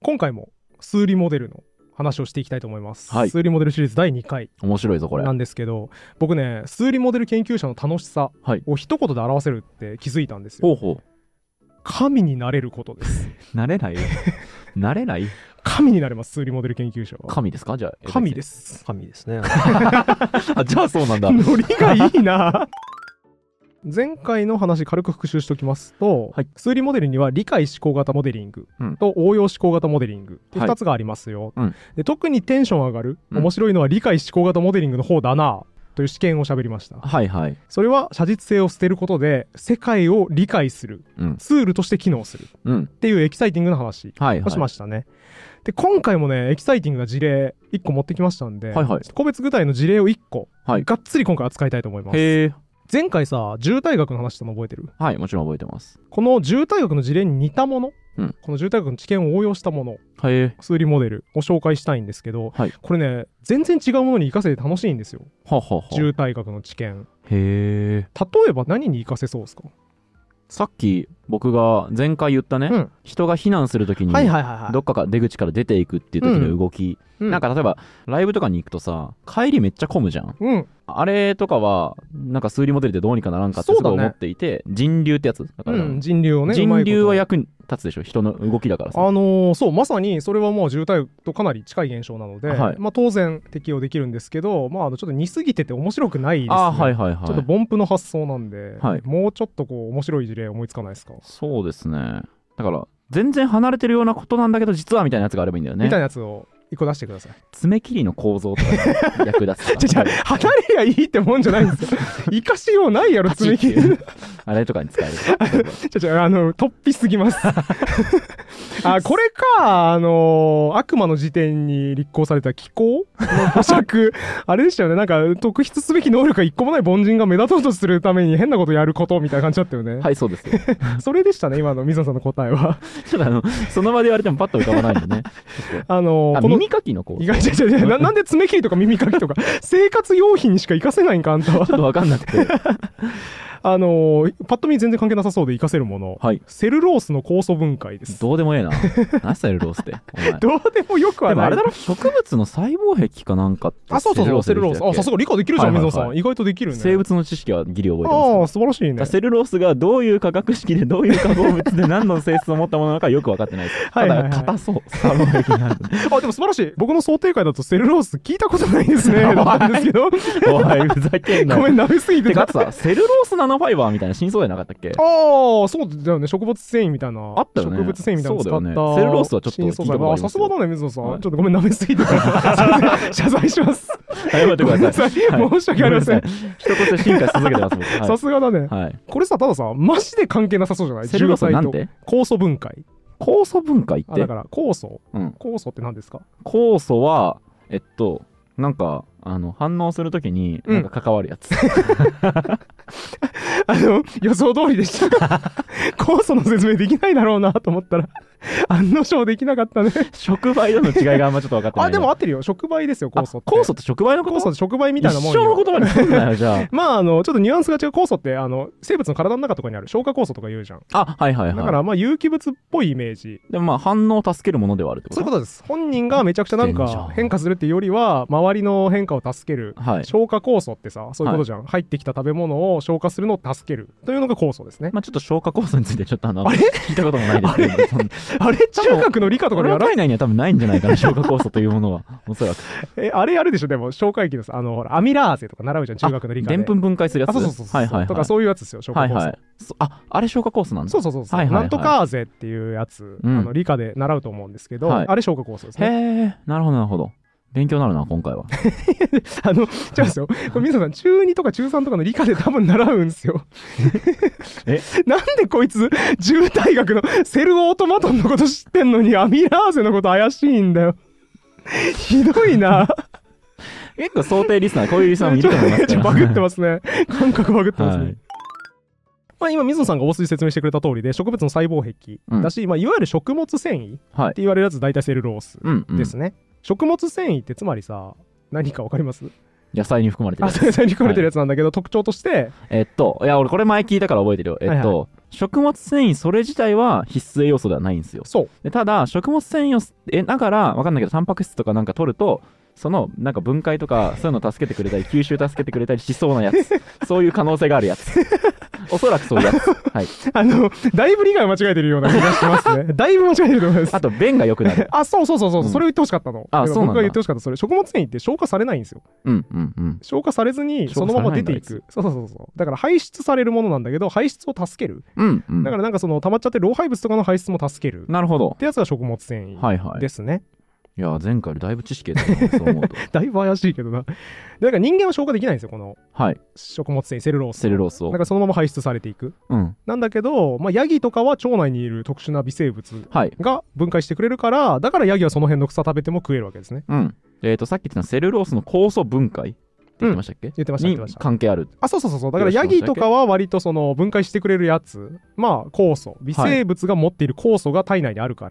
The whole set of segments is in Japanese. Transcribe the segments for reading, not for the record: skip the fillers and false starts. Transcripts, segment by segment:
今回も数理モデルの話をしていきたいと思います、 はい、 数理モデルシリーズ第2回面白いぞこれなんですけど、僕ね数理モデル研究者の楽しさを一言で表せるって気づいたんですよ。 ほうほう。 神になれることですなれないよなれない神になれます。数理モデル研究者は神ですか？じゃあ神です。 神ですねあ、じゃあそうなんだノリがいいな前回の話軽く復習しておきますと、 はい、 数理モデルには理解思考型モデリングと応用思考型モデリングって2つがありますよ、 はい、 で特にテンション上がる、面白いのは理解思考型モデリングの方だなという試験を喋りました。 はいはい。 それは写実性を捨てることで世界を理解する、ツールとして機能するっていうエキサイティングな話をしましたね、で今回もねエキサイティングな事例1個持ってきましたんで、個別具体の事例を1個、がっつり今回扱いたいと思います。 へー。 前回さ渋滞学の話しても覚えてる？ はい、もちろん覚えてます。 この渋滞学の事例に似たもの、この渋滞学の知見を応用したもの、数理モデルを紹介したいんですけど、これね全然違うものに活かせて楽しいんですよ。渋滞学の知見。 へー。 例えば何に活かせそうですか？ さっき僕が前回言ったね、人が避難するときにどっかか出口から出ていくっていう時の動き、なんか例えばライブとかに行くとさ帰りめっちゃ混むじゃん、あれとかはなんか数理モデルでどうにかならんかってすごい思っていて、人流ってやつだから、 人流をね、 人流は役に立つでしょ、人の動きだからさ。 そうまさにそれはもう渋滞とかなり近い現象なので、当然適用できるんですけど、ちょっと似すぎてて面白くないですね。ちょっと凡夫の発想なんで、もうちょっとこう面白い事例思いつかないですか？ そうですね。だから全然離れてるようなことなんだけど実はみたいなやつがあればいいんだよね。 みたいなやつを一個出してください。 爪切りの構造とかが役立つ離れりゃいいってもんじゃないんですよ生かしようないやろ爪切りあれとかに使える突飛すぎますこれか悪魔の辞典に立候された気候の保釈あれでしたよね。なんか特筆すべき能力が一個もない凡人が目立とうとするために変なことやることみたいな感じだったよね。 はいそうですよそれでしたね今の水野さんの答えは。 ちょっとその場で言われてもパッと浮かばないんでねこの耳かきの構造なんで爪切りとか耳かきとか生活用品にしか活かせないんかあんたは。 ちょっと分かんなくてパッと見全然関係なさそうで活かせるもの、セルロースの酵素分解です。 どうでもええな何セルロースってどうでもよくはない。 でもあれだろ、植物の細胞壁かなんかってそうセルロース。さすが理解できるじゃん水野さん。意外とできるね。 生物の知識はギリ覚えてます。 素晴らしいね。 セルロースがどういう化学式でどういう化合物で何の性質を持ったものなのかよく分かってないです。ただ硬そう細胞壁になるでも素晴らしい。僕の想定外だとセルロース聞いたことないですねだったんですけどおいふざけんな。 ごめん舐めすぎてかつさセルロースナノファイバーみたいなそうじゃなかったっけ？ そうだよね。植物繊維みたいな。 あったよね。 植物繊維みたいなの使った、 セルロースはちょっと聞いたことありますよ。 さすがだね水野さん、ちょっとごめん舐めすぎて謝罪します。 謝ってください。 申し訳ありません。 人として進化し続けてます。 さすがだね。これさたださマジで関係なさそうじゃない？ セルロースなんて？ 酵素分解。 酵素分解って？ だから酵素。酵素って何ですか？ 酵素はなんか反応するときになんか関わるやつ、 予想通りでした酵素の説明できないだろうなと思ったら案の定できなかったね。 触媒との違いがあんまちょっと分かってない、 でも合ってるよ。触媒ですよ酵素って。 酵素って触媒のこと？ 酵素って触媒みたいなもんよ。 一緒の言葉にすんなよじゃあちょっとニュアンスが違う。酵素って生物の体の中とかにある消化酵素とか言うじゃん。 だから有機物っぽいイメージでも反応を助けるものではあるってこと？ そういうことです。本人がめちゃくちゃなんか変化するっていうよりは周りの変化を助ける、消化酵素ってさそういうことじゃん、入ってきた食べ物を消化するのを助けるというのが酵素ですね。 ちょっと消化酵素についてちょっと聞いたこともないですけどあれ中学の理科とかでやらない。体内には多分ないんじゃないかな消化酵素というものはおそらくあれあるでしょ。でも消化液のさほらアミラーゼとか習うじゃん中学の理科で。 でんぷん分解するやつ。 そうとかそういうやつですよ消化酵素。 あれ消化酵素なんだ。 そうなんとかーゼっていうやつ理科で習うと思うんですけど、あれ消化酵素ですね。 へえ、なるほどなるほど。勉強になるな今回は。 違うんですよ。これ皆さん中2とか中3とかの理科で多分習うんですよ。なんでこいつ渋滞学のセルオートマトンのこと知ってんのにアミラーゼのこと怪しいんだよ。ひどいな。 結構想定リスナーこういうリスナーもいると思いますから。 バグってますね。感覚バグってますね。今水野さんが大筋説明してくれた通りで植物の細胞壁だし、いわゆる食物繊維って言われるやつ大体セルロースですね。食物繊維ってつまりさ何か分かります？ 野菜に含まれてるやつ。 野菜に含まれてるやつなんだけど、特徴としていや俺これ前聞いたから覚えてるよ。 食物繊維それ自体は必須栄養素ではないんですよ。 そうでただ食物繊維をだから分かんないけどタンパク質とかなんか取るとそのなんか分解とかそういうの助けてくれたり吸収助けてくれたりしそうなやつそういう可能性があるやつおそらくそういうやつ、はい、 だいぶ理解を間違えてるような気がしますねだいぶ間違えてると思います。 あと便が良くなるそう、それを言ってほしかったの。 そうなんだ。 僕が言ってほしかった。それ食物繊維って消化されないんですよ。消化されずにそのまま出ていく。そうだから排出されるものなんだけど排出を助ける、だからなんかその溜まっちゃって老廃物とかの排出も助ける、 なるほどってやつが食物繊維ですね。 いや前回よりだいぶ知識得たなそう思うとだいぶ怪しいけどな。だから人間は消化できないんですよこの食物繊維セルロースをだからそのまま排出されていく、なんだけどヤギとかは腸内にいる特殊な微生物が分解してくれるから、だからヤギはその辺の草食べても食えるわけですね。 さっき言ったセルロースの酵素分解言ってましたっけ？ 言ってました。 関係ある。 そうだからヤギとかは割とその分解してくれるやつ、酵素微生物が持っている酵素が体内にあるから、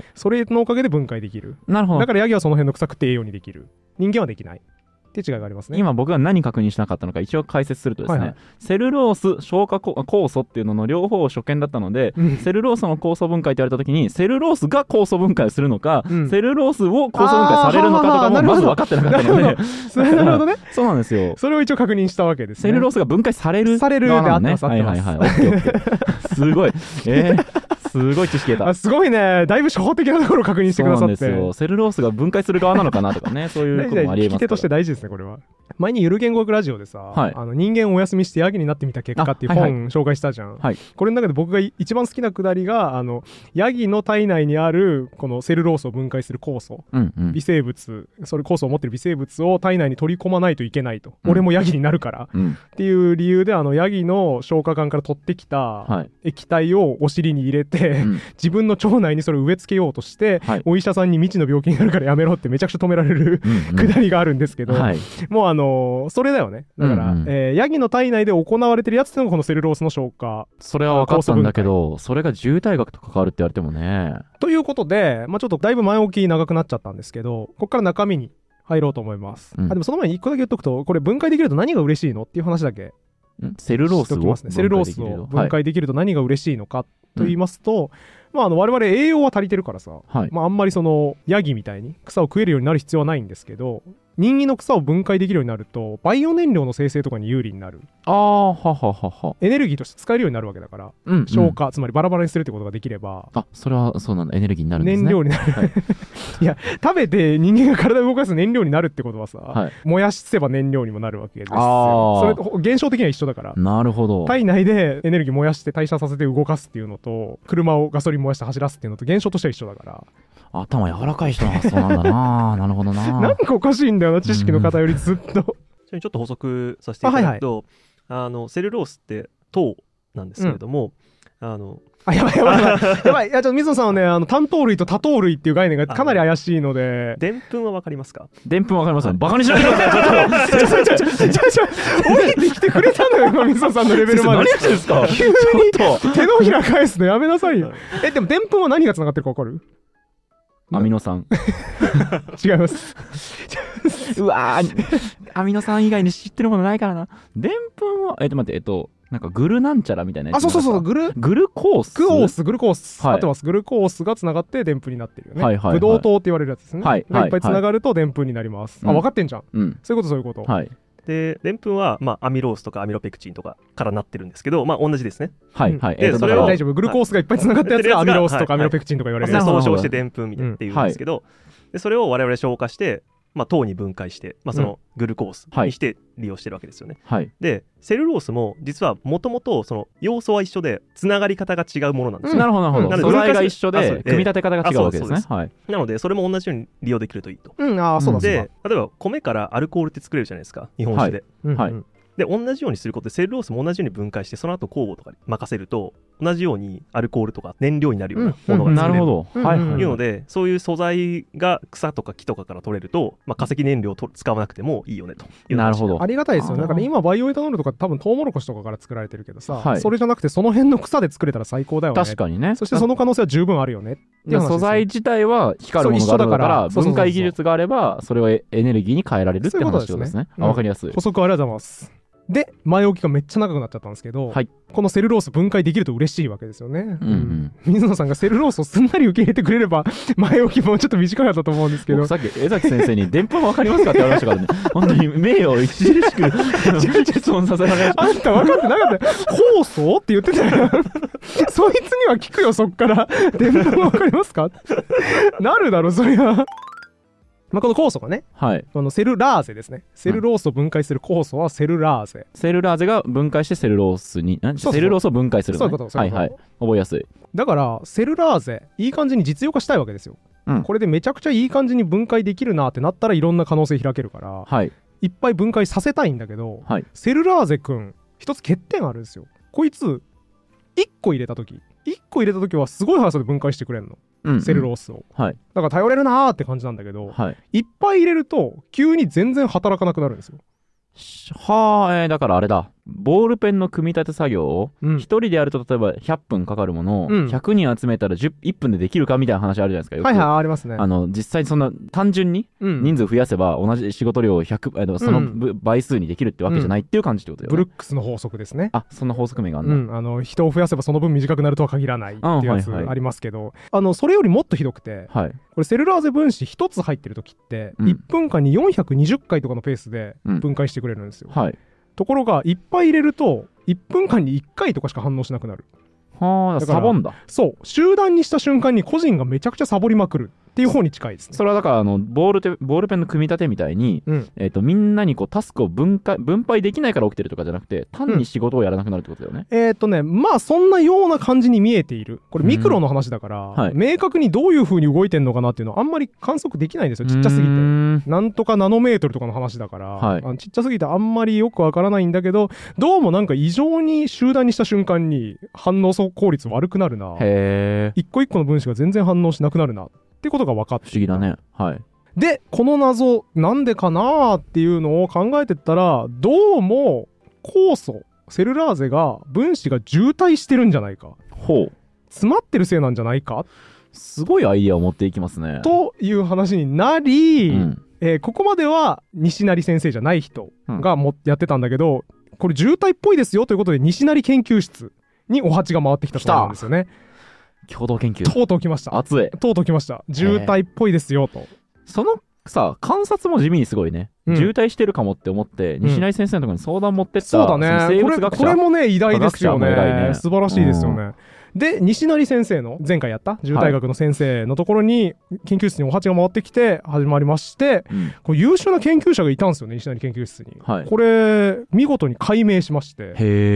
それのおかげで分解できる。 なるほど。 だからヤギはその辺の草食って栄養にできる。人間はできない。って違いがありますね。 今僕が何確認しなかったのか一応解説するとですね、セルロース消化酵素っていうのの両方初見だったので、セルロースの酵素分解って言われた時にセルロースが酵素分解をするのか、セルロースを酵素分解されるのかとかもまず分かってなかったのでなるほどねそうなんですよ。 それを一応確認したわけですね。 セルロースが分解されるであってます。 すごいすごい知識得た。 すごいね。だいぶ初歩的なところを確認してくださって。 そうなんですよ。セルロースが分解する側なのかなとかね、そういうこともありえますから。 聞き手として大事ですね、これは。前にゆる言語学ラジオでさ、人間をお休みしてヤギになってみた結果っていう本紹介したじゃん。これの中で僕が一番好きなくだりが、ヤギの体内にあるこのセルロースを分解する酵素、微生物、それ酵素を持ってる微生物を体内に取り込まないといけないと。俺もヤギになるから。っていう理由で、ヤギの消化管から取ってきた液体をお尻に入れて、自分の腸内にそれを植え付けようとして、お医者さんに未知の病気になるからやめろってめちゃくちゃ止められるくだりがあるんですけど、もうそれだよね。だから、ヤギの体内で行われてるやつっていうのがこのセルロースの消化。 それは分かったんだけど、それが渋滞学と関わるって言われてもね。 ということで、ちょっとだいぶ前置き長くなっちゃったんですけど、ここから中身に入ろうと思います。でもその前に一個だけ言っとくと、これ分解できると何が嬉しいのっていう話だけ。 セルロースをセルロースを分解できると何が嬉しいのかと言いますと、我々栄養は足りてるからさ、あんまりそのヤギみたいに草を食えるようになる必要はないんですけど、人間の草を分解できるようになるとバイオ燃料の生成とかに有利になる。エネルギーとして使えるようになるわけだから、消化つまりバラバラにするってことができれば、 それはそうなんだ、エネルギーになるんですね。 燃料になる、いや食べて人間が体を動かす燃料になるってことはさ、燃やせば燃料にもなるわけですよ。それと現象的には一緒だから。 なるほど。 体内でエネルギー燃やして代謝させて動かすっていうのと、車をガソリン燃やして走らすっていうのと現象としては一緒だから。 頭柔らかい人はそうなんだななるほどな。 なんかおかしいんだよな、知識の偏りずっと。 ちょっと補足させていただくと、セルロースって糖なんですけれども、やばい。いや、ちょっと水野さんはね、単糖類と多糖類っていう概念がかなり怪しいので。 でんぷんはわかりますか？ でんぷんわかります。バカにしないでください。 降りてきてくれたのよ、今水野さんのレベルまで。 何やってんですか？ 急に手のひら返すのやめなさいよ。でもでんぷんは何がつながってるかわかる？ アミノ酸。 違います。 うわアミノ酸以外に知ってるものないからな。でんぷんは待って、なんかグルなんちゃらみたいなやつ。 そうグルコース。グルコース。合ってます。グルコースがつながってでんぷんになってるよね。ブドウ糖って言われるやつですね。がいっぱいつながるとでんぷんになります。分かってんじゃん。そういうこと。 ででんぷんは、アミロースとかアミロペクチンとかからなってるんですけど、同じですね。 でそれを大丈夫。グルコースがいっぱいつながったやつがアミロースとかアミロペクチンとか言われる。 総称してでんぷんみたいなっていうんですけど、でそれを我々消化して糖に分解して、そのグルコースにして利用してるわけですよね。でセルロースも実はもともとその要素は一緒でつながり方が違うものなんですよ。 なるほど。素材が一緒で組み立て方が違うわけですね。 なのでそれも同じように利用できるといいと。 で例えば米からアルコールって作れるじゃないですか、日本酒で。で同じようにすることでセルロースも同じように分解して、その後酵母とかに任せると同じようにアルコールとか燃料になるようなものが作れるというので、そういう素材が草とか木とかから取れると、化石燃料を使わなくてもいいよねという。 なるほど。 ありがたいですよ。だから今バイオエタノールとか多分トウモロコシとかから作られてるけどさ、それじゃなくてその辺の草で作れたら最高だよね。 確かにね。 そしてその可能性は十分あるよね。 素材自体は光るものがあるから分解技術があればそれをエネルギーに変えられるって話ですね。わかりやすい。 補足ありがとうございます。 で前置きがめっちゃ長くなっちゃったんですけど、はい、このセルロース分解できると嬉しいわけですよね、水野さんがセルロースをすんなり受け入れてくれれば前置きもちょっと短かったと思うんですけど、 さっき江崎先生にでんぷん分かりますかって言われましたからね本当に名誉を著しく質問させられました。 あんた分かってなかったよ酵素って言ってたよそいつには聞くよそっからでんぷん分かりますかなるだろそりゃまあこの酵素がね、はい、このセルラーゼですね。セルロースを分解する酵素はセルラーゼ。 セルラーゼが分解してセルロースに、セルロースを分解するのね。そういうこと。はいはい。覚えやすい。 だからセルラーゼいい感じに実用化したいわけですよ。これでめちゃくちゃいい感じに分解できるなってなったらいろんな可能性開けるから、はい、いっぱい分解させたいんだけど、はい、セルラーゼくん一つ欠点あるんですよ。こいつ1個入れた時はすごい速さで分解してくれんの。セルロースを、はい、だから頼れるなーって感じなんだけど、はい、いっぱい入れると急に全然働かなくなるんですよ。 はあ、だからあれだ、ボールペンの組み立て作業を1人でやると例えば100分かかるものを100人集めたら1分でできるかみたいな話あるじゃないですか。よくはいはい、ありますね。 実際にそんな単純に人数増やせば同じ仕事量を100、その倍数にできるってわけじゃないっていう感じってことだよね。 ブルックスの法則ですね。 あ、そんな法則名があるんだ。 人を増やせばその分短くなるとは限らないっていうやつありますけど、それよりもっとひどくて、はい、これセルラーゼ分子1つ入ってる時って1分間に420回とかのペースで分解してくれるんですよ。はい、ところがいっぱい入れると1分間に1回とかしか反応しなくなる。 はあ、サボんだ。 そう、集団にした瞬間に個人がめちゃくちゃサボりまくるっていう方に近いですね。 それはだからボールペンの組み立てみたいに、みんなにこうタスクを分配できないから起きてるとかじゃなくて単に仕事をやらなくなるってことだよね。まあそんなような感じに見えている。これミクロの話だから、はい、明確にどういう風に動いてんのかなっていうのはあんまり観測できないんですよ。ちっちゃすぎて。なんとかナノメートルとかの話だから、はい、ちっちゃすぎてあんまりよくわからないんだけど、どうもなんか異常に集団にした瞬間に反応効率悪くなるな。一個一個の分子が全然反応しなくなるなってことが分かって。 不思議だね。はい。 でこの謎なんでかなっていうのを考えてったら、どうも酵素セルラーゼが分子が渋滞してるんじゃないか、ほう、詰まってるせいなんじゃないか、 すごいアイディアを持っていきますねという話になり、ここまでは西成先生じゃない人がやってたんだけど、これ渋滞っぽいですよということで西成研究室にお鉢が回ってきたそうなんですよね。 共同研究とうとう来ました。 熱い。 とうとう来ました。渋滞っぽいですよと。 そのさ、観察も地味にすごいね。渋滞してるかもって思って、西成先生のところに相談持ってった、 そうだね。生物学者、これもね偉大ですよね。素晴らしいですよね。で西成先生の前回やった渋滞学の先生のところに研究室にお鉢が回ってきて始まりまして、これ優秀な研究者がいたんですよね、西成研究室に。これ見事に解明しまして、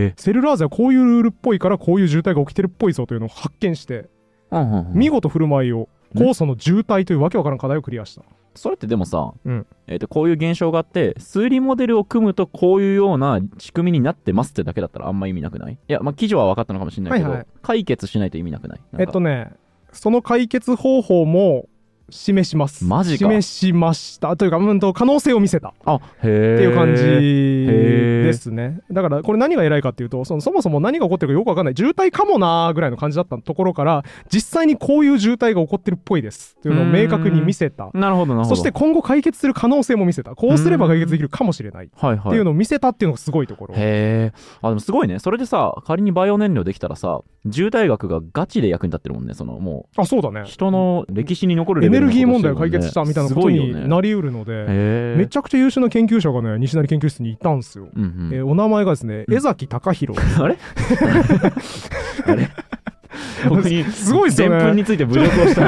セルラーゼはこういうルールっぽいからこういう渋滞が起きてるっぽいぞというのを発見して、見事振る舞いを酵素の渋滞というわけわからん課題をクリアした。 それってでもさ、こういう現象があって数理モデルを組むとこういうような仕組みになってますってだけだったらあんま意味なくない？いや、まあ記事は分かったのかもしれないけど、解決しないと意味なくない？ その解決方法も示します。 マジか。 示しましたというか、可能性を見せたっていう感じですね。だからこれ何が偉いかっていうと、そもそも何が起こってるかよく分かんない、渋滞かもなーぐらいの感じだったところから、実際にこういう渋滞が起こってるっぽいですっていうのを明確に見せた。 なるほどなるほど。 そして今後解決する可能性も見せた。こうすれば解決できるかもしれないっていうのを見せたっていうのがすごいところ。 へー。でもすごいね。それでさ、仮にバイオ燃料できたらさ、渋滞学がガチで役に立ってるもんね。もうそうだね。 人の歴史に残るレベルのこと、エネルギー問題を解決したみたいなことになりうるので、めちゃくちゃ優秀な研究者がね、西成研究室にいたんですよ。お名前がですね、江崎隆弘。あれあれ僕にすごいですよね。でんぷんについて侮辱をした。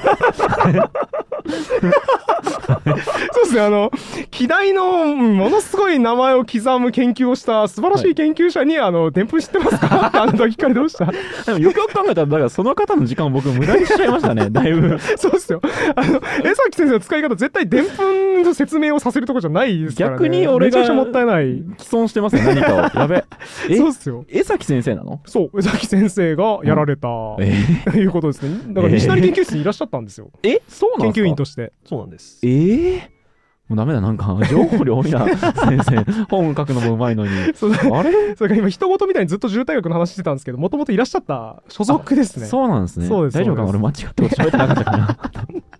そうですね、希代のものすごい名前を刻む研究をした素晴らしい研究者に、でんぷん知ってますかって聞かれてました。 でもよくよく考えたら、だからその方の時間を僕無駄にしちゃいましたね、だいぶ。 そうですよ。江崎先生の使い方、絶対でんぷんの説明をさせるとこじゃないですからね。 逆に俺がめちゃくちゃもったいない。 既存してますね、何かを。やべ。 そうっすよ。 江崎先生なの？ そう、江崎先生がやられた、ということですね。だから西成研究室にいらっしゃったんですよ。 そうなんですか？ 研究員として。 そうなんです。 もうダメだ、なんか情報量多いな先生。本書くのもうまいのに。 あれ？それから今人事みたいにずっと渋滞学の話してたんですけど、もともといらっしゃった所属ですね。 そうなんですね。 そうです。 大丈夫かな？俺間違ってこと喋ってなかったかな。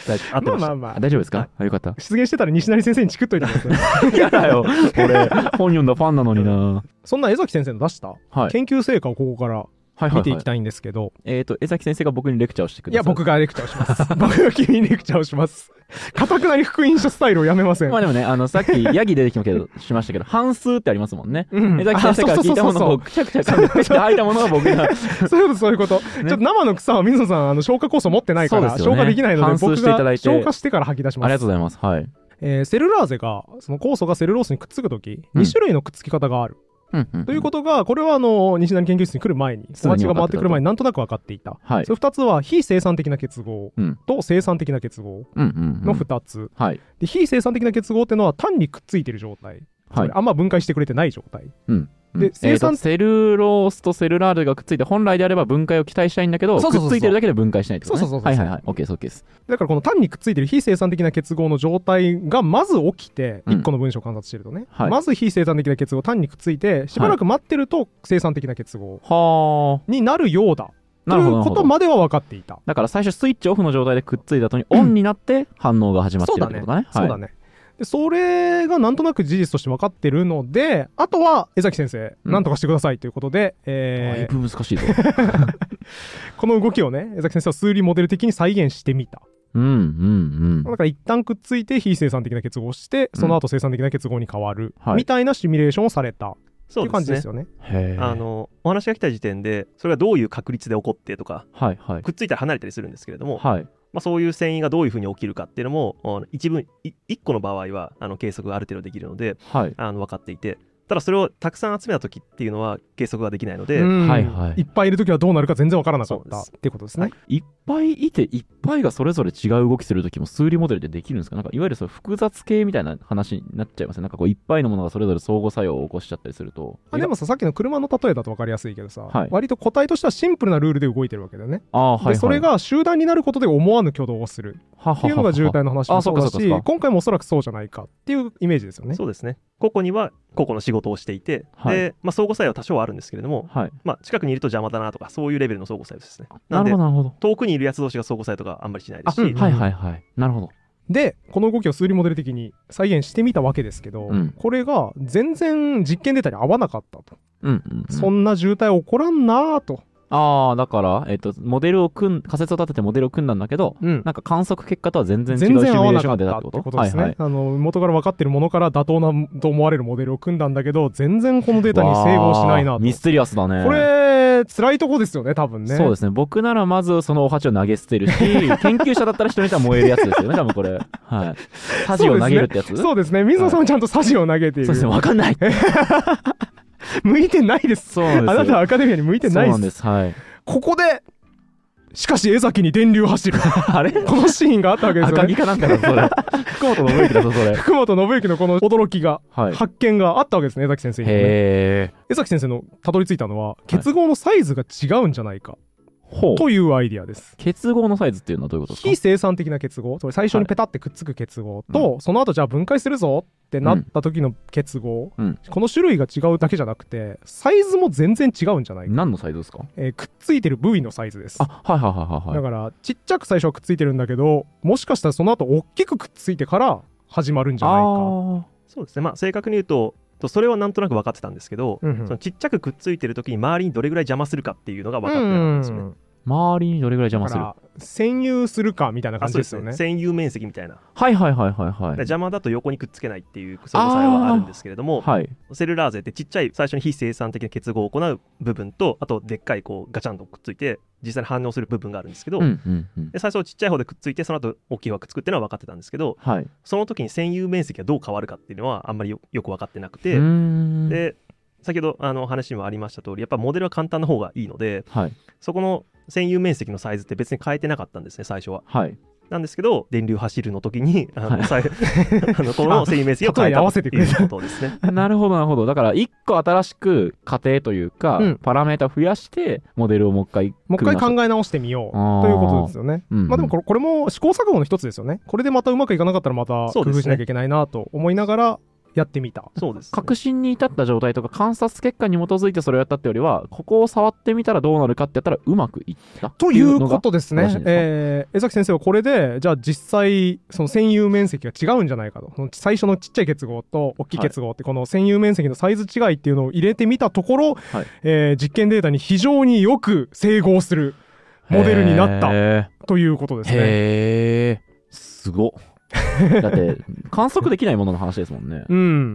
大丈夫ですか？よかった。 出現してたら西成先生にチクっといてください。 やだよ、俺本読んだファンなのにな。 そんな江崎先生の出した研究成果をここから見ていきたいんですけど、 江崎先生が僕にレクチャーをしてください。 いや、僕がレクチャーをします僕が君にレクチャーをします。かたくなに福音書スタイルをやめません。 まあでもね、さっきヤギ出てきましたけど、半数ってありますもんね。江崎先生から聞いたものをくちゃくちゃ噛んで吐いたものが僕がそういうこと。ちょっと生の草は水野さん消化酵素持ってないから消化できないので、僕が消化してから吐き出します。 ありがとうございます。はい。 セルラーゼがその酵素がセルロースにくっつくとき、2種類のくっつき方がある。ということが、これは西成研究室に来る前に、お鉢が回ってくる前になんとなく分かっていた。それ2つは非生産的な結合と生産的な結合の2つ。で、非生産的な結合っていうのは単にくっついてる状態。あんま分解してくれてない状態。 で、セルロースとセルラールがくっついて、本来であれば分解を期待したいんだけど、くっついてるだけで分解しないってことね。はいはいはい。OK です、OK です。 だからこの単にくっついてる非生産的な結合の状態がまず起きて、1個の文章を観察してるとね、まず非生産的な結合単にくっついて、しばらく待ってると生産的な結合になるようだ。ということまでは分かっていた。 だから最初スイッチオフの状態でくっついた後にオンになって反応が始まってるってことだね。 そうだね。でそれがなんとなく事実として分かってるので、あとは江崎先生、なんとかしてくださいということで、 だいぶ難しいぞこの動きをね、江崎先生は数理モデル的に再現してみた。だから一旦くっついて非生産的な結合をして、その後生産的な結合に変わる、みたいなシミュレーションをされた。っていう感じですよね。 お話が来た時点でそれがどういう確率で起こってとか、くっついたら離れたりするんですけれども、そういう遷移がどういうふうに起きるかっていうのも1個の場合は計測がある程度できるので、分かっていて、ただそれをたくさん集めた時っていうのは計測ができないので、 いっぱいいる時はどうなるか全然分からなかったっていうことですね。 いっぱいいていっぱいがそれぞれ違う動きする時も数理モデルでできるんですか？なんかいわゆるその複雑系みたいな話になっちゃいますね。なんかこういっぱいのものがそれぞれ相互作用を起こしちゃったりすると。 でもさっきの車の例えだと分かりやすいけどさ、割と個体としてはシンプルなルールで動いてるわけだよね。でそれが集団になることで思わぬ挙動をするっていうのが渋滞の話もそうだし、今回もおそらくそうじゃないかっていうイメージですよね。 そうですね。個々には個々の仕事をしていて、で相互作用は多少あるんですけれども、近くにいると邪魔だなとか、そういうレベルの相互作用ですね。なので遠くにいるやつ同士が相互作用とかあんまりしないですし。 なるほど。 でこの動きを数理モデル的に再現してみたわけですけど、これが全然実験データに合わなかったと。そんな渋滞起こらんなと。 だから、モデルを仮説を立ててモデルを組んだんだけど、なんか観測結果とは全然違うシミュレーションが出たってことですね。 元から分かってるものから妥当なと思われるモデルを組んだんだけど、全然このデータに整合しないなと。 ミステリアスだね。 これ辛いとこですよね、多分ね。 そうですね。僕ならまずそのお鉢を投げ捨てるし、研究者だったら人によっては燃えるやつですよね、多分これ。サジを投げるってやつ。 そうですね。水野さんはちゃんとサジを投げている。 そうですね。分かんない。 向いてないです。あなたはアカデミアに向いてないです。ここでしかし江崎に電流走るあれこのシーンがあったわけですよね。 赤木かなんかだそれ福本信之だぞそれ。 福本信之のこの驚きが、発見があったわけですね、江崎先生に、江崎先生のたどり着いたのは結合のサイズが違うんじゃないか、というアイディアです。 結合のサイズっていうのはどういうことですか？ 非生産的な結合、それ最初にペタってくっつく結合と、その後じゃあ分解するぞってなった時の結合、この種類が違うだけじゃなくてサイズも全然違うんじゃないか。 何のサイズですか？ くっついてる部位のサイズです。だからちっちゃく最初はくっついてるんだけど、もしかしたらその後大きくくっついてから始まるんじゃないか。 そうですね。正確に言うとそれはなんとなく分かってたんですけど、そのちっちゃくくっついてる時に周りにどれぐらい邪魔するかっていうのが分かってなかったんですよね。 周りにどれぐらい邪魔する？ 占有するかみたいな感じですよね。 占有面積みたいな。 邪魔だと横にくっつけないっていう相互作用はあるんですけれども、セルラーゼってちっちゃい最初に非生産的な結合を行う部分と、あとでっかいこうガチャンとくっついて実際に反応する部分があるんですけど、で最初ちっちゃい方でくっついてその後大きい方がくっつくっていうのは分かってたんですけど、その時に占有面積がどう変わるかっていうのはあんまりよく分かってなくて、で先ほど話にもありました通り、やっぱモデルは簡単な方がいいので、そこの占有面積のサイズって別に変えてなかったんですね、最初は。なんですけど電流走るの時にこの占有面積を変えたっていうことですね。 なるほどなるほど。だから1個新しく仮定というか、パラメータ増やしてモデルをもう一回考え直してみようということですよね。でもこれも試行錯誤の一つですよね。これでまたうまくいかなかったらまた工夫しなきゃいけないなと思いながらやってみた。 そうです、ね、 確信に至った状態とか観察結果に基づいてそれをやったってよりは、ここを触ってみたらどうなるかってやったらうまくいったということですね。江崎先生はこれでじゃあ実際その占有面積が違うんじゃないかと、最初のちっちゃい結合と大きい結合ってこの占有面積のサイズ違いっていうのを入れてみたところ、はい、実験データに非常によく整合するモデルになったということですね。 へー、すごっ。だって観測できないものの話ですもんね。 うん。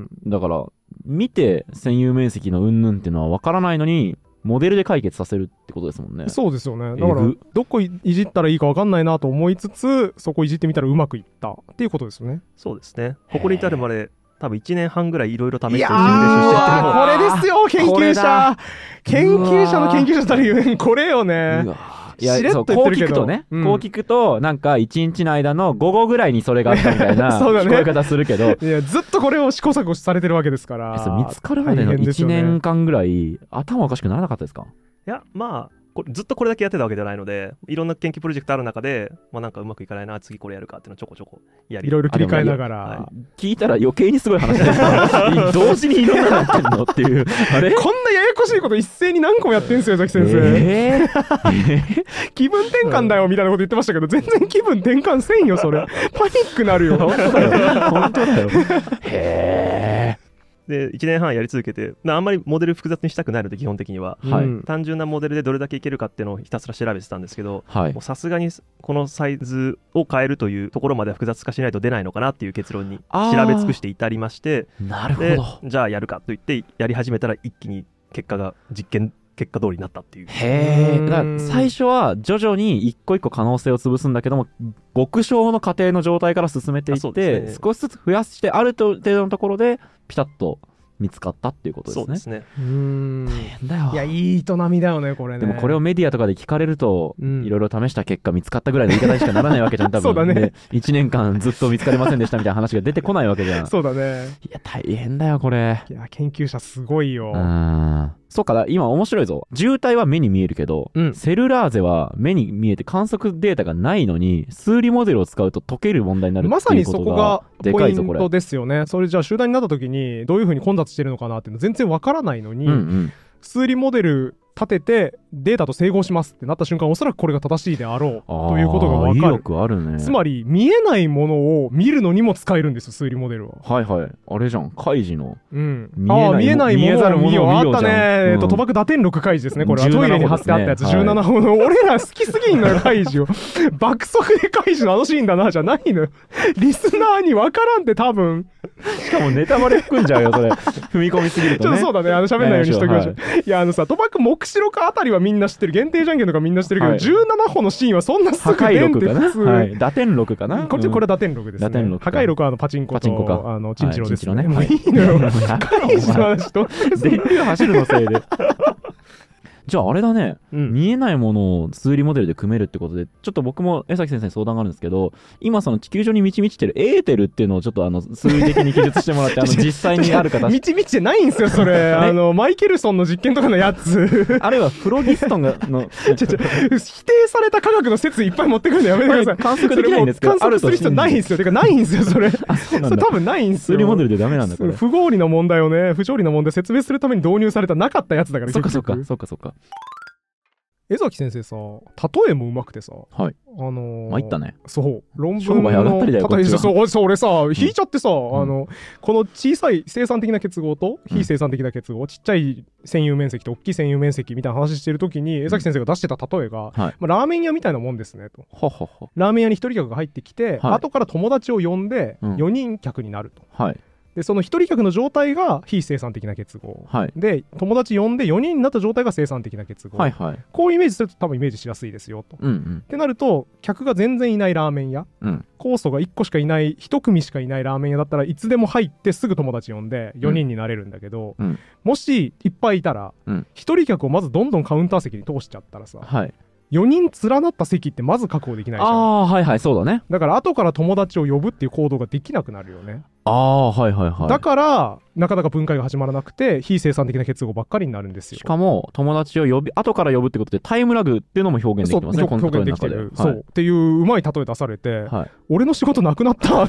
だから見て占有面積の云々っていうのは分からないのにモデルで解決させるってことですもんね。 そうですよね。だからどこいじったらいいか分かんないなと思いつつ、そこいじってみたらうまくいったっていうことですよね。 そうですね。ここに至るまで多分1年半ぐらいいろいろ試してシミュレーションしてるこれですよ、研究者の研究者たるこれよね。 いや、そう、こう聞くとね、こう聞くとなんか1日の間の午後ぐらいにそれがあったみたいな聞こえ方するけど、 いやずっとこれを試行錯誤されてるわけですから、 見つかるまでの1年間ぐらい頭おかしくならなかったですか？ いや、まあずっとこれだけやってたわけじゃないので、いろんな研究プロジェクトある中で、なんかうまくいかないな、次これやるかっていうのをちょこちょこやり、 いろいろ切り替えながら、 はい、聞いたら余計にすごい話ですから同時にいろんなのやってんのっていうあれこんなややこしいこと一斉に何個もやってんすよ、江崎先生。気分転換だよみたいなこと言ってましたけど、全然気分転換せんよ、それ。パニックなるよ。 本当だよ。本当だよ。へー。 で1年半やり続けて、あんまりモデル複雑にしたくないので基本的には、はい、単純なモデルでどれだけいけるかっていうのをひたすら調べてたんですけど、さすがにこのサイズを変えるというところまでは複雑化しないと出ないのかなっていう結論に調べ尽くして至りまして、 なるほど。 じゃあやるかと言ってやり始めたら一気に結果通りになったっていう。 へー。だから最初は徐々に一個一個可能性を潰すんだけども、極小の過程の状態から進めていって、ね、少しずつ増やしてある程度のところでピタッと見つかったっていうことですね。 そうですね。 大変だよ。 いや、いい営みだよね、これね。 でもこれをメディアとかで聞かれると、いろいろ試した結果見つかったぐらいの言い方にしかならないわけじゃん、多分。 そうだね。 で、1年間ずっと見つかりませんでしたみたいな話が出てこないわけじゃん。 そうだね。 いや、大変だよ、これ。 いや、研究者すごいよ。 そうか、今面白いぞ。渋滞は目に見えるけど、セルラーゼは目に見えて観測データがないのに、数理モデルを使うと解ける問題になるっていうことがでかいぞ、これ。 まさにそこがポイントですよね。それじゃあ集団になった時にどういう風に混雑してるのかなっていうの全然わからないのに、数理モデル立ててデータと整合しますってなった瞬間、おそらくこれが正しいであろうということが分かる。 意欲あるね。 つまり見えないものを見るのにも使えるんですよ、数理モデルは。 はいはい。あれじゃん、開示の、 見えないものを見よう。あったね。賭博打点6開示ですね。これはトイレに貼ってあったやつ、17本の。俺ら好きすぎんのよ、開示を。爆速で開示のあのシーンだなじゃないのよ。リスナーに分からんって多分。 しかもネタバレ含んじゃうよ、それ。踏み込みすぎるとね。 ちょっとそうだね、喋んないようにしときましょう。いや、賭博目視録あたりはみんな知ってる、限定じゃんけんとかみんな知ってるけど、17歩のシーンはそんなすぐ出んって普通。 打点6かな。 これ打点6ですね。破壊力はパチンコとチンチロですね。 もういいのよ。開示の話と電流走るのせいで。じゃああれだね、見えないものを数理モデルで組めるってことで、ちょっと僕も江崎先生に相談があるんですけど、今その地球上に満ち満ちてるエーテルっていうのをちょっと数理的に記述してもらって実際にある形。 満ち満ちてないんですよそれ。マイケルソンの実験とかのやつ。 あるいはフロギストンの否定された科学の説いっぱい持ってくるのやめてください。 観測できないんですけど、 観測する人ないんですよ。てかないんですよそれ。それ多分ないんですよ。 数理モデルでダメなんだこれ。 不合理の問題をね、不条理の問題を説明するために導入されたなかったやつだから。 そっか。 江崎先生さ、例えもうまくてさ、 参ったね。 そう、論文の商売上がったりだよ、こっちは。 そう、俺さ、引いちゃってさ、この小さい生産的な結合と非生産的な結合、ちっちゃい占有面積と大きい占有面積みたいな話してるときに、江崎先生が出してた例えが、ラーメン屋みたいなもんですねと。ラーメン屋に一人客が入ってきて、後から友達を呼んで4人客になると。でその一人客の状態が非生産的な結合、で友達呼んで4人になった状態が生産的な結合、こういうイメージすると多分イメージしやすいですよと、ってなると客が全然いないラーメン屋、酵素が1個しかいない1組しかいないラーメン屋だったらいつでも入ってすぐ友達呼んで4人になれるんだけど、もしいっぱいいたら、1人客をまずどんどんカウンター席に通しちゃったらさ、4人連なった席ってまず確保できないじゃん。 そうだね。 だから後から友達を呼ぶっていう行動ができなくなるよね。 だからなかなか分解が始まらなくて非生産的な結合ばっかりになるんですよ。 しかも友達を後から呼ぶってことでタイムラグっていうのも表現できてますね。 表現できてる、そうっていううまい例え出されて、俺の仕事なくなった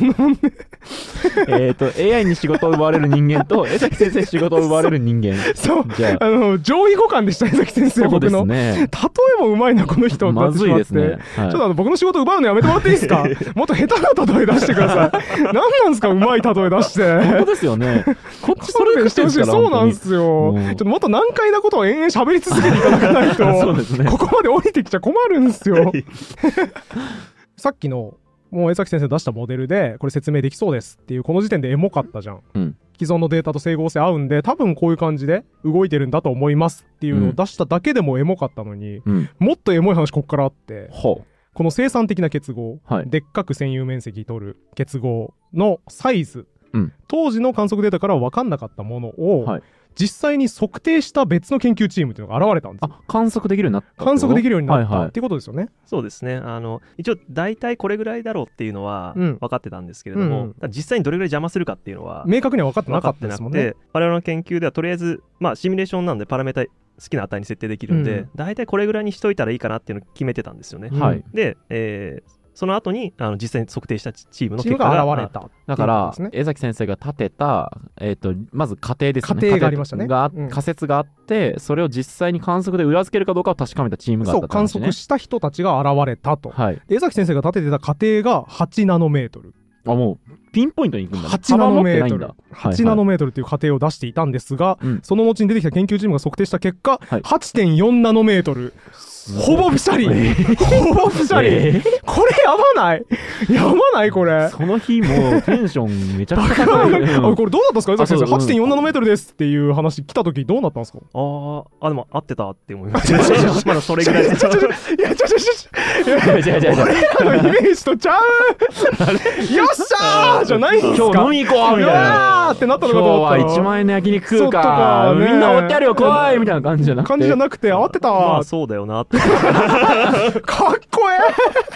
AI に仕事を奪われる人間と江崎先生仕事を奪われる人間そうじゃあ上位互換でした江崎先生。僕の例えもうまいなこの人まずいですね。 ちょっと僕の仕事奪うのやめてもらっていいですかもっと下手な例え出してください何なんですかうまい例え出して本当ですよねこっちそれでしてほしい。 そうなんですよ。ちょっともっと難解なことを延々喋り続けていただかないとそうです、ね、ここまで降りてきちゃ困るんですよさっきのもう江崎先生出したモデルでこれ説明できそうですっていうこの時点でエモかったじゃん、既存のデータと整合性合うんで多分こういう感じで動いてるんだと思いますっていうのを出しただけでもエモかったのに、もっとエモい話こっからあって、この生産的な結合、でっかく占有面積取る結合のサイズ、当時の観測データからは分かんなかったものを、実際に測定した別の研究チームっていうのが現れたんですよ。 観測できるようになった。 観測できるようになったっていうことですよね。 そうですね。一応大体これぐらいだろうっていうのは分かってたんですけれども、実際にどれぐらい邪魔するかっていうのは明確には分かってなかったですもんね。 我々の研究ではとりあえずシミュレーションなんでパラメータ好きな値に設定できるんで、大体これぐらいにしといたらいいかなっていうのを決めてたんですよね。で、その後に実際に測定したチームの結果が現れた。 だから江崎先生が立てた、まず仮定ですね。 仮定がありましたね。 仮説があってそれを実際に観測で裏付けるかどうかを確かめたチームがあったって話ね。 そう、観測した人たちが現れたと。で江崎先生が立ててた仮定が8ナノメートル。 もうピンポイントに行くんだね。 8ナノメートル。8ナノメートルっていう仮定を出していたんですが、その後に出てきた研究チームが測定した結果、8.4 ナノメートル。ほぼピシャリほぼピシャリこれやばないやばないこれ。 その日もうテンションめちゃくちゃ高いこれどうだったんですか江崎先生。8.4 ナノメートルですっていう話来た時どうなったんですか。 でも合ってたって思いましたまだそれぐらいです。 いや俺らのイメージとちゃうよっしゃーじゃないんですか。 今日飲み行こうみたいなってなったのかと思った。 今日は1万円の焼肉食うかみんなおってやるよ来いみたいな感じじゃなくて合ってた。 そうだよなってかっこえ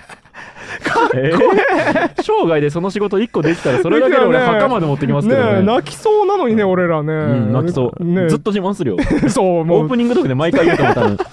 生涯でその仕事1個できたらそれだけで俺墓まで持ってきますけどね。 泣きそうなのにね俺らね。 泣きそうずっと自慢するよ。 そうオープニングトークで毎回言うと思ったの。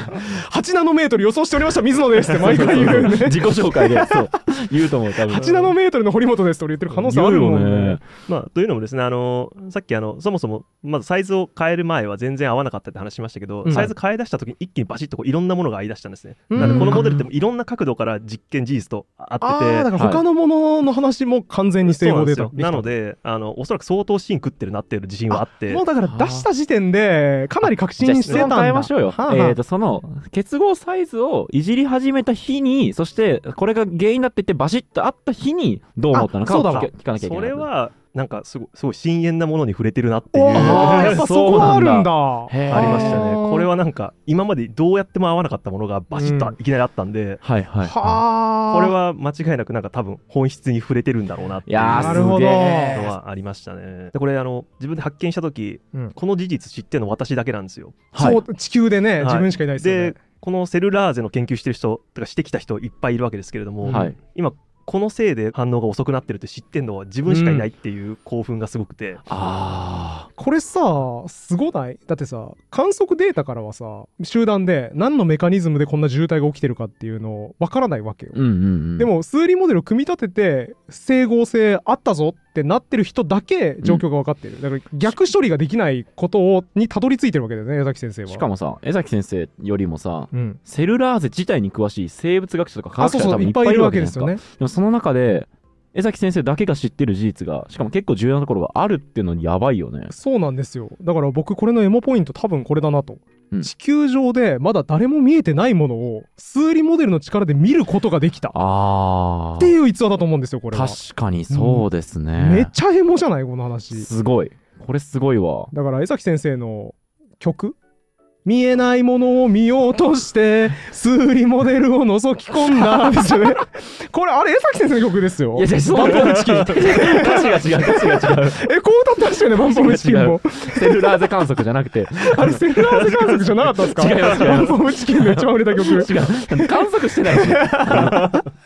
8ナノメートル予想しておりました水野ですって毎回言うね。 自己紹介でそう言うと思う多分。 8ナノメートルの堀本ですって俺言ってる可能性あるもんね。 というのもですねさっきそもそもまずサイズを変える前は全然合わなかったって話しましたけど、サイズ変え出した時に一気にバシッといろんなものが合い出したんですね。なのでこのモデルっていろんな角度から実験事実と合ってて、 だから他のものの話も完全に整合データなのでおそらく相当芯食ってるなっていう自信はあって、 もうだから出した時点でかなり確信してたんだ。 変えましょうよ。その結合サイズをいじり始めた日に、そしてこれが原因だって言ってバシッとあった日にどう思ったのかを聞かなきゃいけない。 それはなんかすごい深淵なものに触れてるなっていうやっぱそこはあるんだありましたね。これはなんか今までどうやっても合わなかったものがバシッといきなりあったんで、これは間違いなくなんか多分本質に触れてるんだろうなっていうのはありましたね。でこれ自分で発見した時、この事実知ってるの私だけなんですよ。 そう地球でね自分しかいないですよね。 でこのセルラーゼの研究してる人とかしてきた人いっぱいいるわけですけれども、今このせいで反応が遅くなってるって知ってんのは自分しかいないっていう興奮がすごくて、 これさすごない？だってさ観測データからはさ集団で何のメカニズムでこんな渋滞が起きてるかっていうの分からないわけよ。でも数理モデルを組み立てて整合性あったぞってなってる人だけ状況が分かってる。だから逆処理ができないことにたどり着いてるわけだよね江崎先生は。 しかもさ江崎先生よりもさ、セルラーゼ自体に詳しい生物学者とか科学者が多分いっぱいいるわけですよね。でもその中で江崎先生だけが知ってる事実がしかも結構重要なところがあるっていうのにやばいよね。 そうなんですよ。だから僕これのエモポイント多分これだなと、地球上でまだ誰も見えてないものを数理モデルの力で見ることができたっていう逸話だと思うんですよこれは。 確かにそうですね、 めっちゃエモじゃないこの話。 すごいこれすごいわ。 だから江崎先生の曲見えないものを見ようとして数理モデルを覗き込んだんですよねこれあれ江崎先生の曲ですよ。 いやバンポブチキン歌詞が違うこう歌ってましたよねバンポブチキンも。 セルラーゼ観測じゃなくてあれセルラーゼ観測じゃなかったんですか。 違いますバンポブチキンの一番売れた曲。 違う観測してないし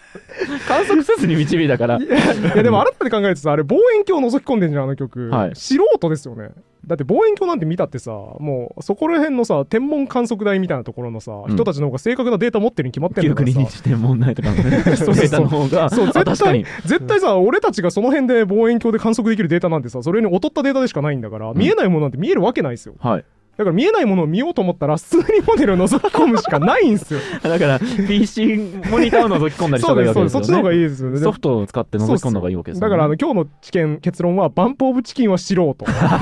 観測せずに導いたからいやでも改めて考えるとさ、あれ望遠鏡を覗き込んでんじゃん、あの曲、 はい、 素人ですよね。だって望遠鏡なんて見たってさ、もうそこら辺のさ天文観測台みたいなところのさ、人たちの方が正確なデータ持ってるに決まってるんだからさ、 9天文台とかのねデータの方がそう絶対さ、俺たちがその辺で望遠鏡で観測できるデータなんてさ、それに劣ったデータでしかないんだから、見えないものなんて見えるわけないですよ。はい。だから見えないものを見ようと思ったら数理モデルを覗き込むしかないんですよだから PC モニターを覗き込んだりした方がいいわけですよね。 そっちの方がいいですよね。 ソフトを使って覗き込んだ方がいいわけですよね。 だから今日の知見結論はバンプオブチキンは素人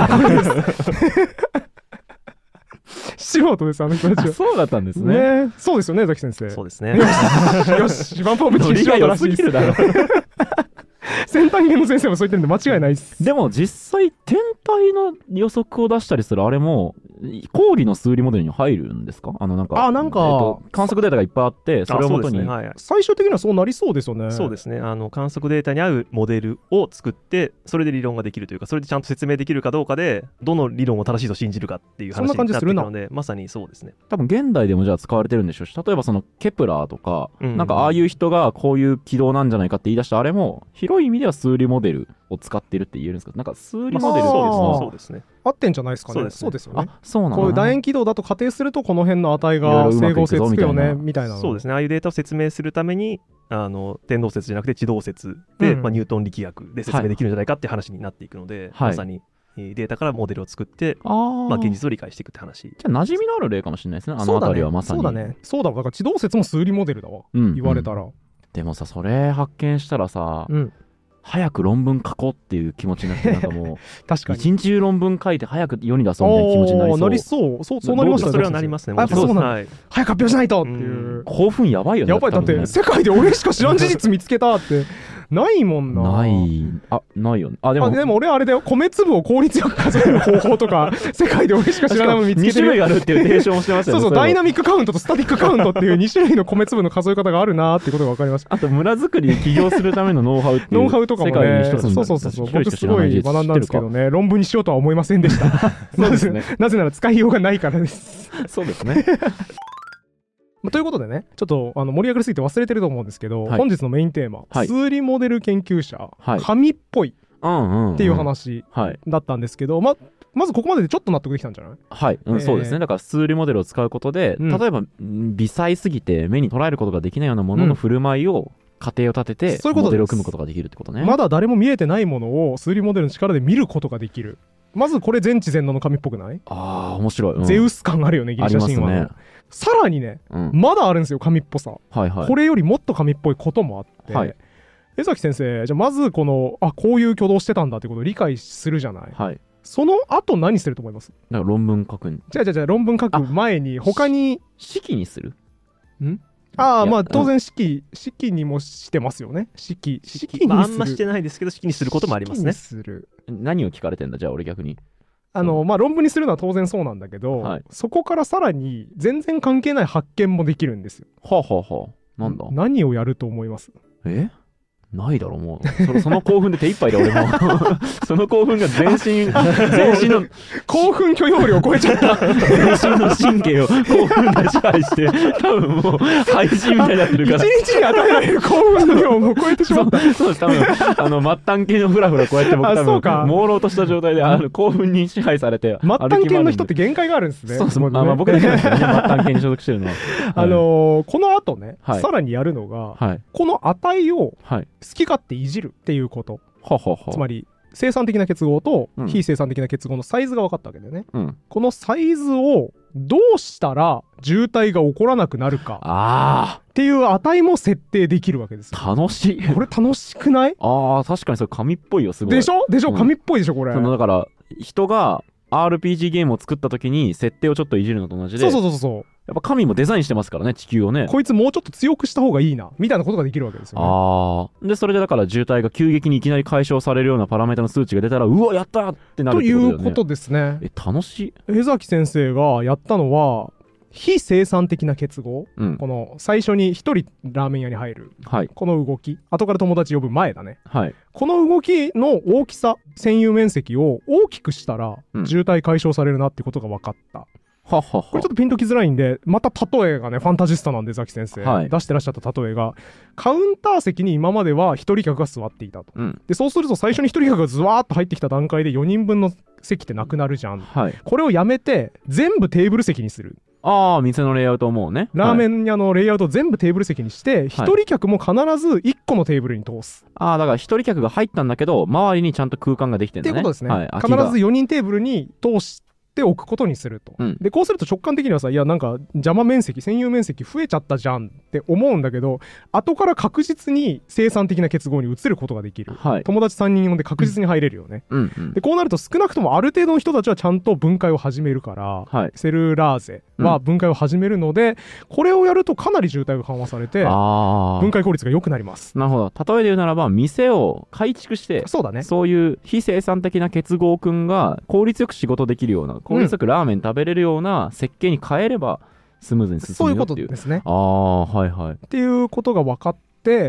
素人です、あの人たちは。 そうだったんですね。 そうですよね、ザキ先生。 そうですね。 よし、バンプオブチキン素人らしいです。先端系の先生もそう言ってるんで間違いないです。 でも実際天体の予測を出したりするあれも氷の数理モデルに入るんですか？なんか観測データがいっぱいあってそれをもとに、 最終的にはそうなりそうですよね。 そうですね。観測データに合うモデルを作ってそれで理論ができるというか、それでちゃんと説明できるかどうかでどの理論を正しいと信じるかっていう話になってくるので、まさにそうですね。 多分現代でもじゃあ使われてるんでしょうし、例えばそのケプラーとか、なんかああいう人がこういう軌道なんじゃないかって言い出したあれも広い意味では数理モデルを使ってるって言えるんですか？なんか数理モデルそうですね。 合ってんじゃないですかね。そうですよね。 そうなの。 こういう楕円軌道だと仮定するとこの辺の値が整合性つくよねみたいな。 そうですね。ああいうデータを説明するために天動説じゃなくて地動説で、ニュートン力学で説明できるんじゃないかっていう話になっていくので、まさにデータからモデルを作って、現実を理解していくって話。 じゃあ馴染みのある例かもしれないですね。あの辺りはまさに。 そうだね。だから地動説も数理モデルだわ。言われたら。 でもさ、それ発見したらさ、早く論文書こうっていう気持ちになって、なんかもう確かに一日中論文書いて早く世に出そうみたいな気持ちになりそう。 なりそう。そうなりましたね。 それはなりますね。 やっぱそうなんだ。早く発表しないとっていう。 興奮やばいよね。 やばい。だって世界で俺しか知らん事実見つけたってないもんな。 ないよね。 でも俺あれだよ。米粒を効率よく数える方法とか世界で俺しか知らないもの見つけてる。 2種類あるっていう提唱もしてましたよね。 そう、ダイナミックカウントとスタティックカウントっていう2種類の米粒の数え方があるなーってことが分かりました。 あと村づくりで起業するためのノウハウっていうノウハウとかもね。そう僕すごい学んだんですけどね、論文にしようとは思いませんでした。そうですね。なぜなら使いようがないからです。 そうですね。 ということでね、ちょっと盛り上がりすぎて忘れてると思うんですけど、本日のメインテーマ、数理モデル研究者、神っぽいっていう話だったんですけど、まずここまででちょっと納得できたんじゃない？ はい、そうですね。だから数理モデルを使うことで、例えば微細すぎて目に捉えることができないようなものの振る舞いを仮定を立ててモデルを組むことができるってことね。 まだ誰も見えてないものを数理モデルの力で見ることができる。まずこれ全知全能の神っぽくない？ 面白い。 ゼウス感あるよね、ギリシャ神話の。さらにね、まだあるんですよ、神っぽさ。これよりもっと神っぽいこともあって、江崎先生、じゃあまずこのこういう挙動してたんだってことを理解するじゃない。その後何すると思います？ だから論文書くん。 じゃあ論文書く前に他に式にする？ 当然式にもしてますよね。式にする。 あんましてないですけど式にすることもありますね。 何を聞かれてんだじゃあ俺逆に。 論文にするのは当然そうなんだけど、そこからさらに全然関係ない発見もできるんですよ。 なんだ？ 何をやると思います？ ないだろう、もうその興奮で手一杯で俺もその興奮が全身の興奮許容量を超えちゃった全身の神経を興奮が支配して多分もう配信みたいになってるから一日に与えられる興奮の量をもう超えてしまったそうです。多分末端系のフラフラこうやって僕多分朦朧とした状態で興奮に支配されて末端系の人って限界があるんですね。 そうです。僕だけなんですよね、末端系に所属してるのはこの後ね、さらにやるのが、この値を好き勝手いじるっていうこと。つまり生産的な結合と非生産的な結合のサイズが分かったわけだよね。このサイズをどうしたら渋滞が起こらなくなるかっていう値も設定できるわけですよ。 楽しい。 これ楽しくない？ 確かにそれ紙っぽいよ。すごいでしょ紙っぽいでしょこれ。 だから人がRPG ゲームを作った時に設定をちょっといじるのと同じで、 そうやっぱ神もデザインしてますからね、地球をね。 こいつもうちょっと強くした方がいいなみたいなことができるわけですよね。 でそれでだから渋滞が急激にいきなり解消されるようなパラメータの数値が出たら、うわやったってなるってことだよね。 ということですね。 楽しい。 江崎先生がやったのは非生産的な結合、この最初に一人ラーメン屋に入る、この動き、後から友達呼ぶ前だね、この動きの大きさ、占有面積を大きくしたら、渋滞解消されるなってことが分かった。 これちょっとピンときづらいんで、また例えがね、ファンタジスタなんで、ザキ先生、はい、出してらっしゃった例えが、カウンター席に今までは1人客が座っていたと、でそうすると最初に1人客がズワーッと入ってきた段階で4人分の席ってなくなるじゃん、はい、これをやめて全部テーブル席にする。 ああ、店のレイアウトもね、 ラーメン屋のレイアウトを全部テーブル席にして、1人客も必ず1個のテーブルに通す。 ああ、だから1人客が入ったんだけど周りにちゃんと空間ができてるんだね。 っていうことですね、はい、必ず4人テーブルに通しておくことにすると、でこうすると直感的にはさ、いやなんか邪魔面積、占有面積増えちゃったじゃんって思うんだけど、後から確実に生産的な結合に移ることができる、はい、友達3人呼んで確実に入れるよね、でこうなると少なくともある程度の人たちはちゃんと分解を始めるから、はい、セルラーゼは分解を始めるので、これをやるとかなり渋滞が緩和されて分解効率が良くなります。 なるほど。例えで言うならば店を改築して、 そうだね、 そういう非生産的な結合くんが効率よく仕事できるような、効率よくラーメン食べれるような設計に変えればスムーズに進むよっていう。 そういうことですね。 ああ、はいはい。 っていうことが分かって、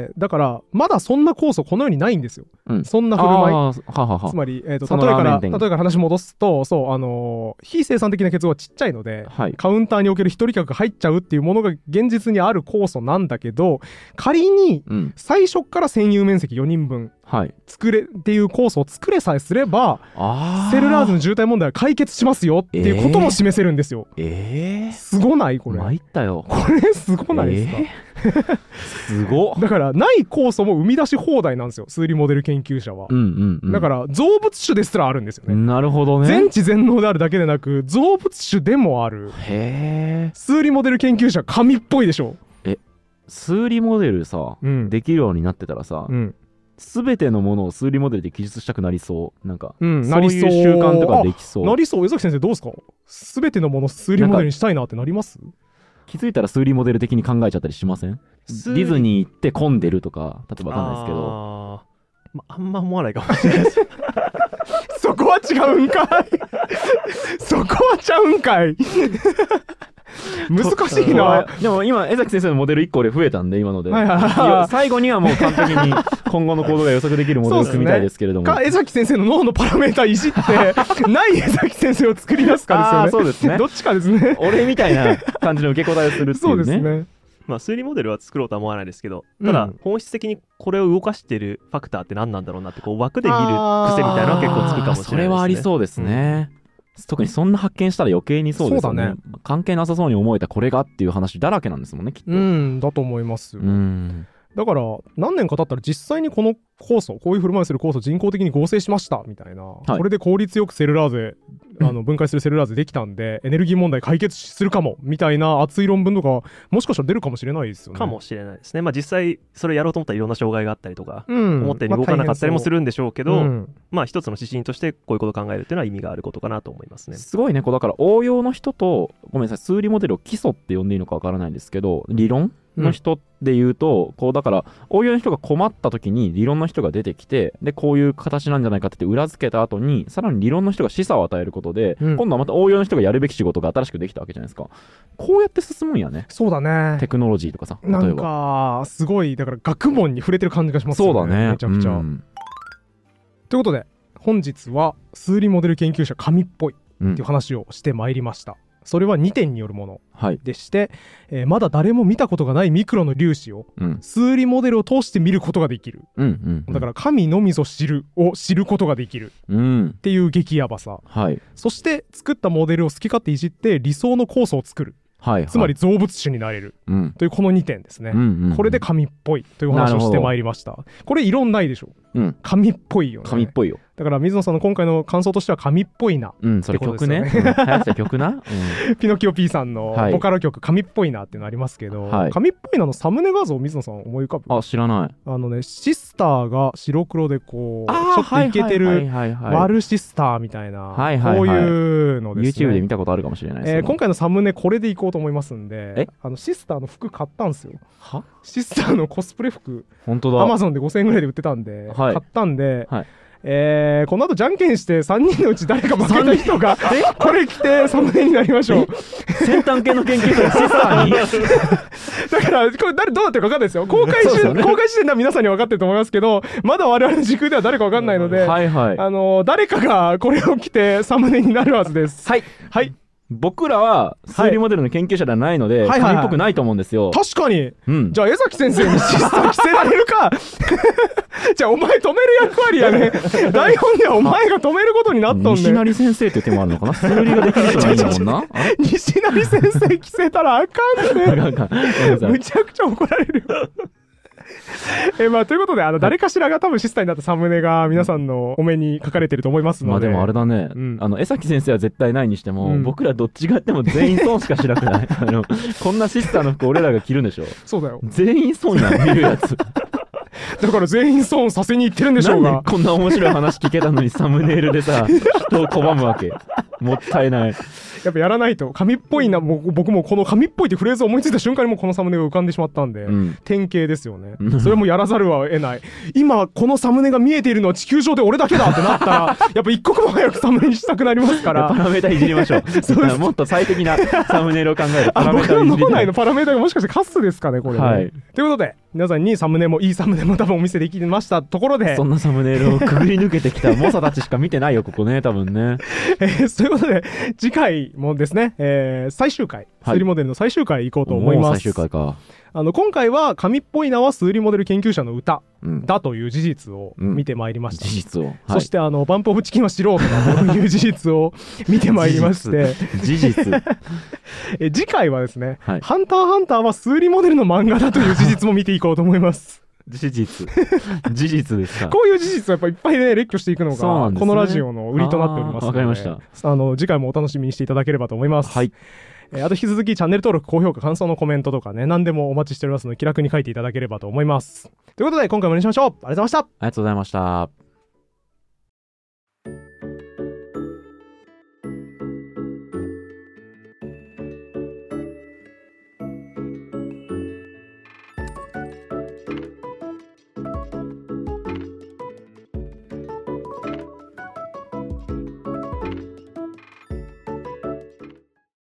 だからまだそんな酵素この世にないんですよ、そんな振る舞い。つまり、例えから話戻すと、そう、非生産的な結合はちっちゃいので、はい、カウンターにおける一人客が入っちゃうっていうものが現実にある酵素なんだけど、仮に最初から占有面積4人分作れっていう酵素を作れさえすれば、セルラーゼの渋滞問題は解決しますよっていうことも示せるんですよ。すごないこれ。 参ったよ。 これすごないですか？ すご。 だからない酵素も生み出し放題なんですよ、数理モデル研究者は。だから造物種ですらあるんですよね。 なるほどね。 全知全能であるだけでなく造物種でもある。へえ。数理モデル研究者神っぽいでしょ。 数理モデルさ、できるようになってたらさ、全てのものを数理モデルで記述したくなりそう。なんか、そういう習慣とかできそう。 なりそう。江崎先生どうですか？全てのものを数理モデルにしたいなってなります？ 気づいたら数理モデル的に考えちゃったりしません？ディズニー行って混んでるとか、例えばわかんないですけど、 あんま思わないかもしれないですそこは違うんかいそこはちゃうんかい難しいな。 でも今江崎先生のモデル1個で増えたんで、今ので最後にはもう完璧に今後の行動が予測できるモデルを組みたいですけれども、 江崎先生の脳のパラメータいじってない江崎先生を作り出すかですよね。 そうですね、 どっちかですね。 俺みたいな感じの受け答えをするっていうね。 そうですね。 まあ、数理モデルは作ろうとは思わないですけど、ただ本質的にこれを動かしているファクターって何なんだろうなって、こう枠で見る癖みたいなのは結構つくかもしれないですね。 それはありそうですね、特にそんな発見したら余計にそうですよね。そうだね。関係なさそうに思えたこれがっていう話だらけなんですもんね、きっと。 だと思いますよ。だから何年か経ったら実際にこの酵素、こういう振る舞いする酵素人工的に合成しましたみたいな、これで効率よくセルラーゼ分解するセルラーゼできたんでエネルギー問題解決するかもみたいな熱い論文とかもしかしたら出るかもしれないですよね。 かもしれないですね。まあ実際それやろうと思ったらいろんな障害があったりとか、思ったように動かなかったりもするんでしょうけど、まあ一つの指針としてこういうことを考えるっていうのは意味があることかなと思いますね。 すごいね。だから応用の人と、ごめんなさい、数理モデルを基礎って呼んでいいのかわからないんですけど、理論の人で言うと、こうだから応用の人が困った時に理論の人が出てきて、でこういう形なんじゃないかって裏付けた後にさらに理論の人が示唆を与えることで、今度はまた応用の人がやるべき仕事が新しくできたわけじゃないですか。こうやって進むんやね。 そうだね。 テクノロジーとかさ、例えばなんかすごいだから学問に触れてる感じがしますよね。 そうだね、 めちゃくちゃ。ということで本日は数理モデル研究者神っぽいっていう話をしてまいりました。それは2点によるものでして、まだ誰も見たことがないミクロの粒子を、数理モデルを通して見ることができる、だから神のみぞ知るを知ることができる、っていう激ヤバさ、そして作ったモデルを好き勝手いじって理想の酵素を作る、つまり造物種になれる、というこの2点ですね、これで神っぽいという話をしてまいりました。これ異論ないでしょ、神っぽいよね。 神っぽいよ。 だから水野さんの今回の感想としては神っぽいなってことですよね。 それ曲ね。流行った曲な。 ピノキオ P さんのボカロ曲神っぽいなっていうのありますけど、神っぽいなのサムネ画像水野さん思い浮かぶ？ あ、知らない。 シスターが白黒でこうちょっとイケてるワルシスターみたいな、こういうのですね。 YouTube で見たことあるかもしれないです。 今回のサムネこれでいこうと思いますんで、シスターの服買ったんですよ。シスターのコスプレ服、 本当だ、 Amazon で5000円ぐらいで売ってたんで、買ったんで、この後じゃんけんして3人のうち誰か負けた人がこれ着てサムネになりましょう。 先端系の研究者がシスターにだからこれどうなってるか分かんないですよ。公開時点では皆さんに分かってると思いますけど、まだ我々の時空では誰か分かんないので、誰かがこれを着てサムネになるはずです。はい、 僕らは数理モデルの研究者ではないので、紙っぽくないと思うんですよ。 確かに、じゃあ江崎先生にシスタ着せられるかじゃあお前止める役割やね台本ではお前が止めることになったんだよ。 西成先生って手もあるのかな。数理ができる人ないんだもんな西成先生着せたらあかんねむちゃくちゃ怒られるよまあということで誰かしらが多分シスターになったサムネが皆さんのお目に書かれてると思いますので。 まあでもあれだね、江崎先生は絶対ないにしても、僕らどっちがやっても全員損しかしなくないこんなシスターの服俺らが着るんでしょ。 そうだよ、 全員損やん見るやつだから全員損させに行ってるんでしょうが。 なんでこんな面白い話聞けたのにサムネイルでさ人を拒むわけ。もったいない。 やっぱやらないと。紙っぽいな、僕もこの紙っぽいってフレーズを思いついた瞬間にもうこのサムネが浮かんでしまったんで、典型ですよね。それもやらざるを得ない。今このサムネが見えているのは地球上で俺だけだってなったらやっぱ一刻も早くサムネにしたくなりますからパラメータいじりましょうもっと最適なサムネイルを考えるパラメータいじり僕の脳内のパラメータがもしかしてカスですかねこれね、はい、ということで皆さんにサムネもいいサムネも多分お見せできましたところで、 そんなサムネイルをくぐり抜けてきた猛者たちしか見てないよここね多分ねということで次回もですね、最終回、数理モデルの最終回行こうと思います。 最終回か。 今回は紙っぽい名は数理モデル研究者の歌だという事実を見てまいりました。 事実を、はい、 そしてバンプオブチキンは素人だという事実を見てまいりまして事実次回はですね、はい、ハンターハンターは数理モデルの漫画だという事実も見ていこうと思います事実ですか。 こういう事実をやっぱいっぱいね列挙していくのが、ね、このラジオの売りとなっておりますので、 わかりました。 次回もお楽しみにしていただければと思います。はい。あと引き続きチャンネル登録、高評価、感想のコメントとかね、何でもお待ちしておりますので気楽に書いていただければと思います。ということで今回もお願いしましょう。ありがとうございました。 ありがとうございました。